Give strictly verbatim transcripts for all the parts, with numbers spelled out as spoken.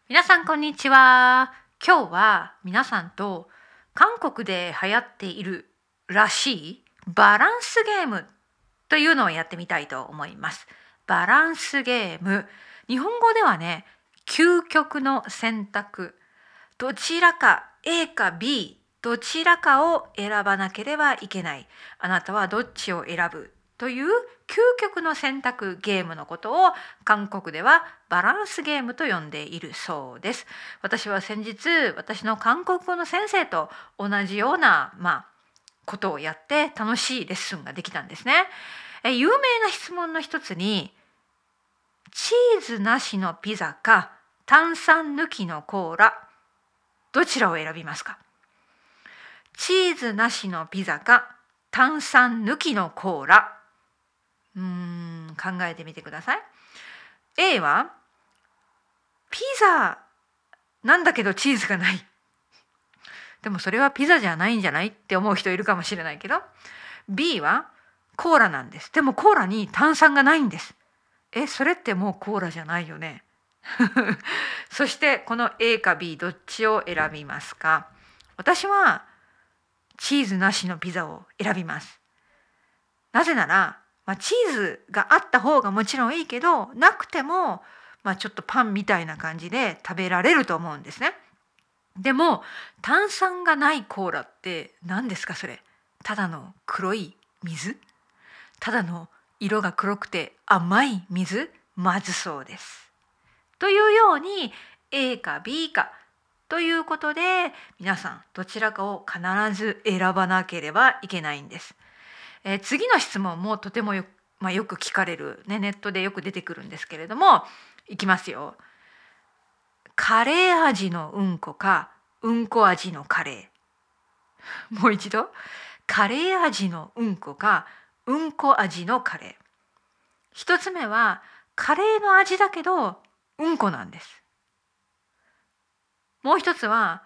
皆さんこんにちは。今日は皆さんと韓国で流行っているらしいバランスゲームというのをやってみたいと思います。バランスゲーム。日本語ではね、究極の選択。どちらか A か B、どちらかを選ばなければいけない。あなたはどっちを選ぶという究極の選択ゲームのことを韓国ではバランスゲームと呼んでいるそうです。私は先日、私の韓国語の先生と同じような、まあ、ことをやって楽しいレッスンができたんですね。え有名な質問の一つに、チーズなしのピザか炭酸抜きのコーラ、どちらを選びますか？チーズなしのピザか炭酸抜きのコーラ。うーん、考えてみてください。A はピザなんだけどチーズがない。でもそれはピザじゃないんじゃないって思う人いるかもしれないけど、 B はコーラなんです。でもコーラに炭酸がないんです。え、それってもうコーラじゃないよね。そしてこの A か B どっちを選びますか？私はチーズなしのピザを選びます。なぜなら、まあ、チーズがあった方がもちろんいいけど、なくても、まあ、ちょっとパンみたいな感じで食べられると思うんですね。でも炭酸がないコーラって何ですかそれ？ただの黒い水？ただの色が黒くて甘い水？まずそうです。というように A か B かということで、皆さんどちらかを必ず選ばなければいけないんです。えー次の質問もとてもよ、まあ、よく聞かれる、ね、ネットでよく出てくるんですけれども、いきますよ。カレー味のうんこかうんこ味のカレー。もう一度。カレー味のうんこかうんこ味のカレー。一つ目はカレーの味だけどうんこなんです。もう一つは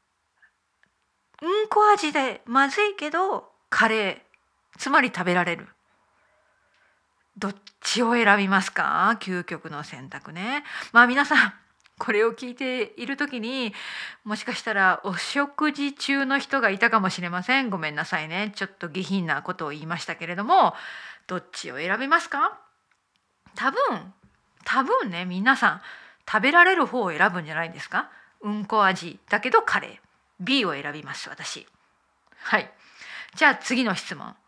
うんこ味でまずいけどカレー、つまり食べられる。どっちを選びますか？究極の選択ね。まあ皆さんこれを聞いている時に、もしかしたらお食事中の人がいたかもしれません。ごめんなさいね。ちょっと下品なことを言いましたけれども、どっちを選びますか？多分多分ね、皆さん食べられる方を選ぶんじゃないですか？うんこ味だけどカレー B を選びます私。はい。じゃあ次の質問。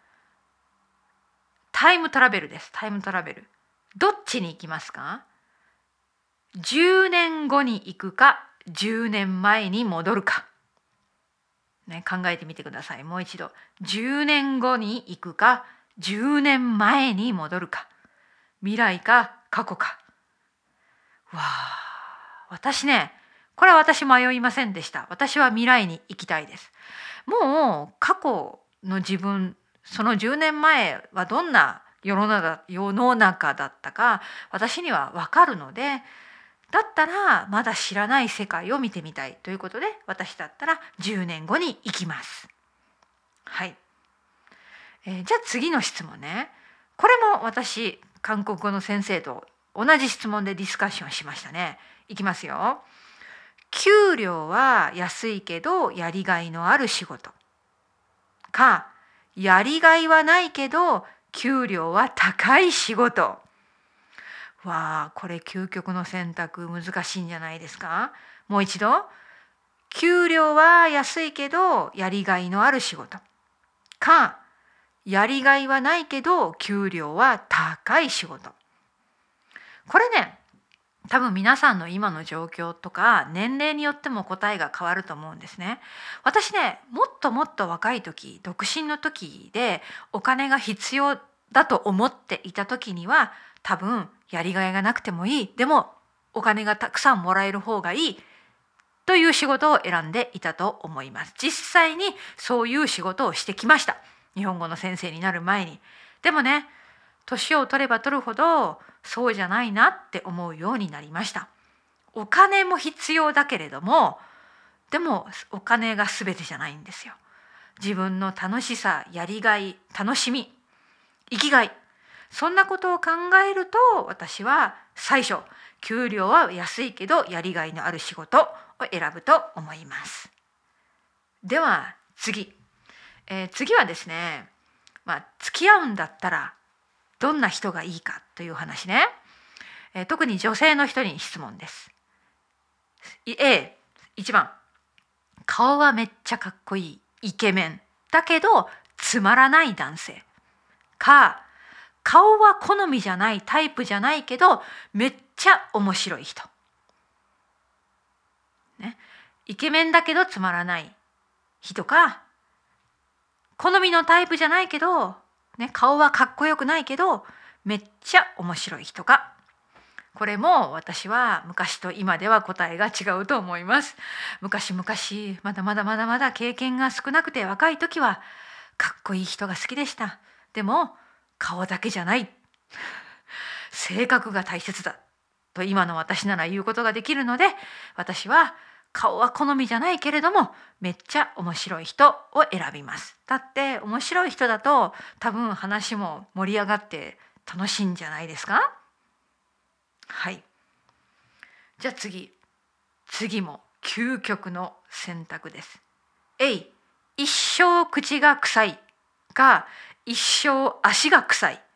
タイムトラベルです。タイムトラベル。どっちに行きますか？じゅうねんごに行くか、じゅうねんまえに戻るか。ね、考えてみてください。もう一度。じゅうねんごに行くか、じゅうねんまえに戻るか。未来か過去か。わあ、私ね、これは私迷いませんでした。私は未来に行きたいです。もう過去の自分、そのじゅうねんまえはどんな世の中世の中だったか私には分かるので、だったらまだ知らない世界を見てみたいということで、私だったらじゅうねんごに行きます。はい、えーじゃあ次の質問ね。これも私韓国語の先生と同じ質問でディスカッションしましたね。いきますよ。給料は安いけどやりがいのある仕事か、やりがいはないけど給料は高い仕事。わあ、これ究極の選択難しいんじゃないですか？もう一度。給料は安いけどやりがいのある仕事か、やりがいはないけど給料は高い仕事。これね、多分皆さんの今の状況とか年齢によっても答えが変わると思うんですね。私ね、もっともっと若い時、独身の時でお金が必要だと思っていた時には、多分やりがいがなくてもいい、でもお金がたくさんもらえる方がいいという仕事を選んでいたと思います。実際にそういう仕事をしてきました。日本語の先生になる前に。でもね、年を取れば取るほどそうじゃないなって思うようになりました。お金も必要だけれども、でもお金が全てじゃないんですよ。自分の楽しさ、やりがい、楽しみ、生きがい、そんなことを考えると、私は最初給料は安いけどやりがいのある仕事を選ぶと思います。では次、えー、次はですね、まあ、付き合うんだったらどんな人がいいかという話ね。えー、特に女性の人に質問です。A、いちばん、顔はめっちゃかっこいいイケメンだけどつまらない男性か、顔は好みじゃないタイプじゃないけどめっちゃ面白い人、ね、イケメンだけどつまらない人か、好みのタイプじゃないけど、ね、顔はかっこよくないけどめっちゃ面白い人か。これも私は昔と今では答えが違うと思います。昔々まだまだまだまだ経験が少なくて若い時はかっこいい人が好きでした。でも顔だけじゃない、性格が大切だと今の私なら言うことができるので、私は顔は好みじゃないけれどもめっちゃ面白い人を選びます。だって面白い人だと多分話も盛り上がって楽しいんじゃないですか。はい。じゃあ次。次も究極の選択です。A、一生口が臭いか一生足が臭い。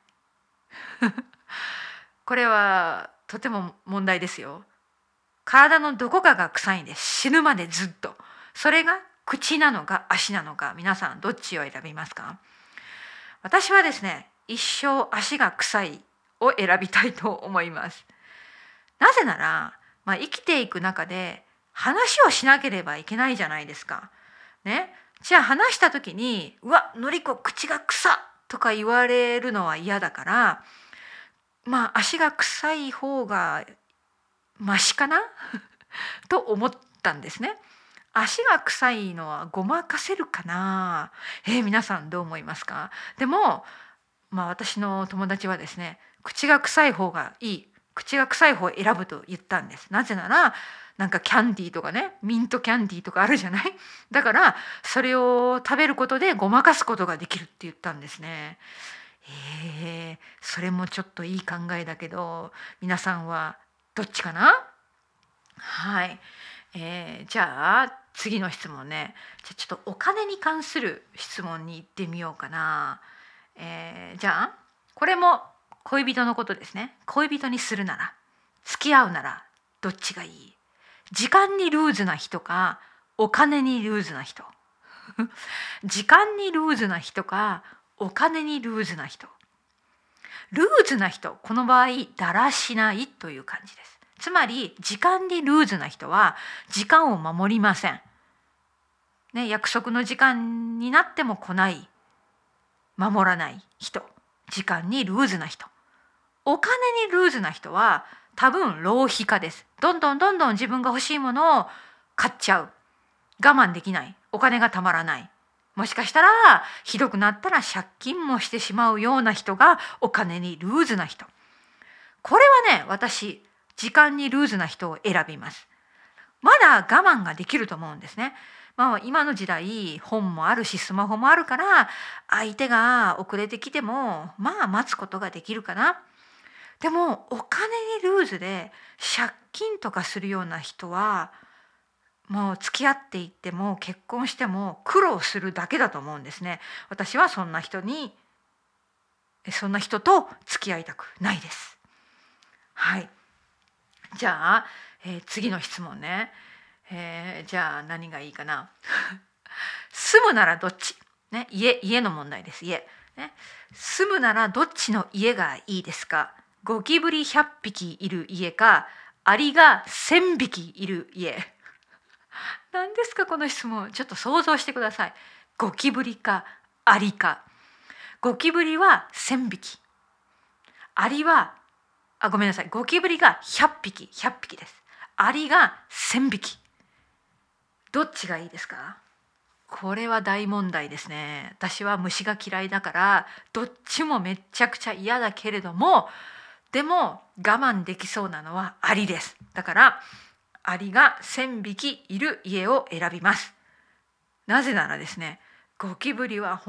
これはとても問題ですよ。体のどこかが臭いんです。死ぬまでずっと。それが口なのか足なのか、皆さんどっちを選びますか？私はですね、一生足が臭いを選びたいと思います。なぜなら、まあ、生きていく中で話をしなければいけないじゃないですか。ね、じゃあ話した時に「うわ、のりこ口が臭っ」とか言われるのは嫌だから、まあ足が臭い方がマシかなと思ったんですね。足が臭いのはごまかせるかな。えー、皆さんどう思いますか？でも、まあ、私の友達はですね、口が臭い方がいい、口が臭い方を選ぶと言ったんです。なぜなら、なんかキャンディーとかね、ミントキャンディーとかあるじゃない。だからそれを食べることでごまかすことができるって言ったんですね。えー、それもちょっといい考えだけど、皆さんはどっちかな？はい、えー、じゃあ次の質問ね。じゃあちょっとお金に関する質問に行ってみようかな。えー、じゃあこれも恋人のことですね。恋人にするなら、付き合うならどっちがいい？時間にルーズな人かお金にルーズな人。時間にルーズな人かお金にルーズな人。ルーズな人、この場合だらしないという感じです。つまり時間にルーズな人は時間を守りません、ね、約束の時間になっても来ない、守らない人。時間にルーズな人。お金にルーズな人は多分浪費家です。どんどんどんどん自分が欲しいものを買っちゃう。我慢できない。お金がたまらない。もしかしたらひどくなったら借金もしてしまうような人がお金にルーズな人。これはね、私時間にルーズな人を選びます。まだ我慢ができると思うんですね。まあ、今の時代本もあるしスマホもあるから、相手が遅れてきてもまあ待つことができるかな。でもお金にルーズで借金とかするような人は、もう付き合っていっても結婚しても苦労するだけだと思うんですね。私はそんな人にそんな人と付き合いたくないです。はい。じゃあ、えー、次の質問ね。えー、じゃあ何がいいかな。住むならどっち、ね、家家の問題です。家、ね、住むならどっちの家がいいですか？ゴキブリひゃっぴきいる家かアリがせんびきいる家。何ですかこの質問。ちょっと想像してください。ゴキブリかアリか。ゴキブリはせんびき、アリはあごめんなさいゴキブリがひゃっぴきひゃっぴきです。アリがせんびき。どっちがいいですか？これは大問題ですね。私は虫が嫌いだからどっちもめっちゃくちゃ嫌だけれども、でも我慢できそうなのはアリです。だからアリがせんびきいる家を選びます。なぜならですね、ゴキブリは本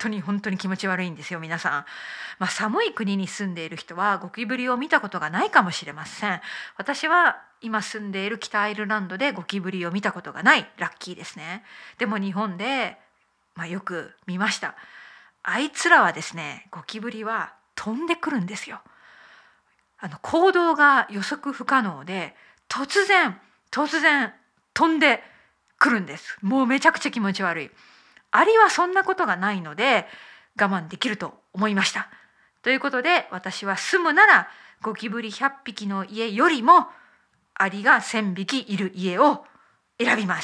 当に本当に気持ち悪いんですよ皆さん。まあ、寒い国に住んでいる人はゴキブリを見たことがないかもしれません。私は今住んでいる北アイルランドでゴキブリを見たことがない。ラッキーですね。でも日本で、まあ、よく見ました。あいつらはですね、ゴキブリは飛んでくるんですよ。あの行動が予測不可能で、突然突然飛んでくるんです。もうめちゃくちゃ気持ち悪い。アリはそんなことがないので我慢できると思いました。ということで、私は住むならゴキブリひゃっぴきの家よりもアリがせんびきいる家を選びます。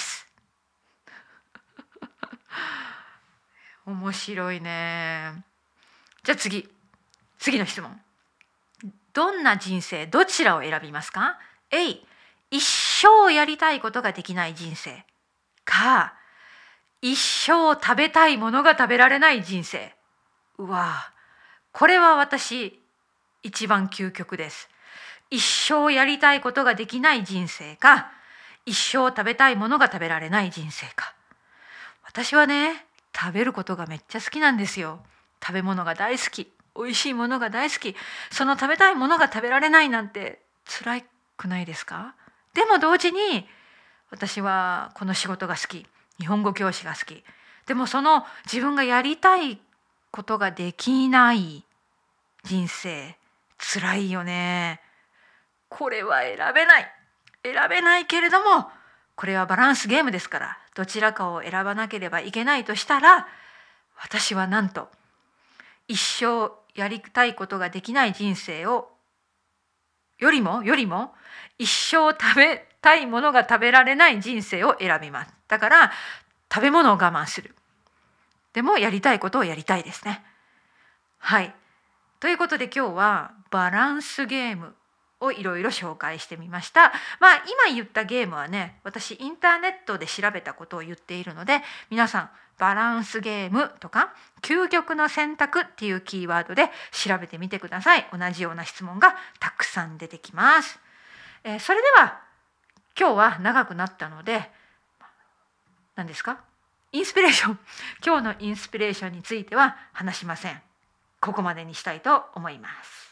面白いね。じゃあ次次の質問。どんな人生、どちらを選びますか？ A、 一生やりたいことができない人生か、一生食べたいものが食べられない人生。うわ、これは私一番究極です。一生やりたいことができない人生か、一生食べたいものが食べられない人生か。私はね、食べることがめっちゃ好きなんですよ。食べ物が大好き、美味しいものが大好き。その食べたいものが食べられないなんて辛くないですか？でも同時に私はこの仕事が好き、日本語教師が好き。でもその自分がやりたいことができない人生、辛いよね。これは選べない。選べないけれども、これはバランスゲームですから、どちらかを選ばなければいけないとしたら、私はなんと一生やりたいことができない人生をよりもよりも一生食べたいものが食べられない人生を選びます。だから食べ物を我慢する。でもやりたいことをやりたいですね。はい。ということで今日はバランスゲームをいろいろ紹介してみました。まあ今言ったゲームはね、私インターネットで調べたことを言っているので、皆さんバランスゲームとか究極の選択っていうキーワードで調べてみてください。同じような質問がたくさん出てきます。えー、それでは今日は長くなったので、何ですか？インスピレーション。今日のインスピレーションについては話しません。ここまでにしたいと思います。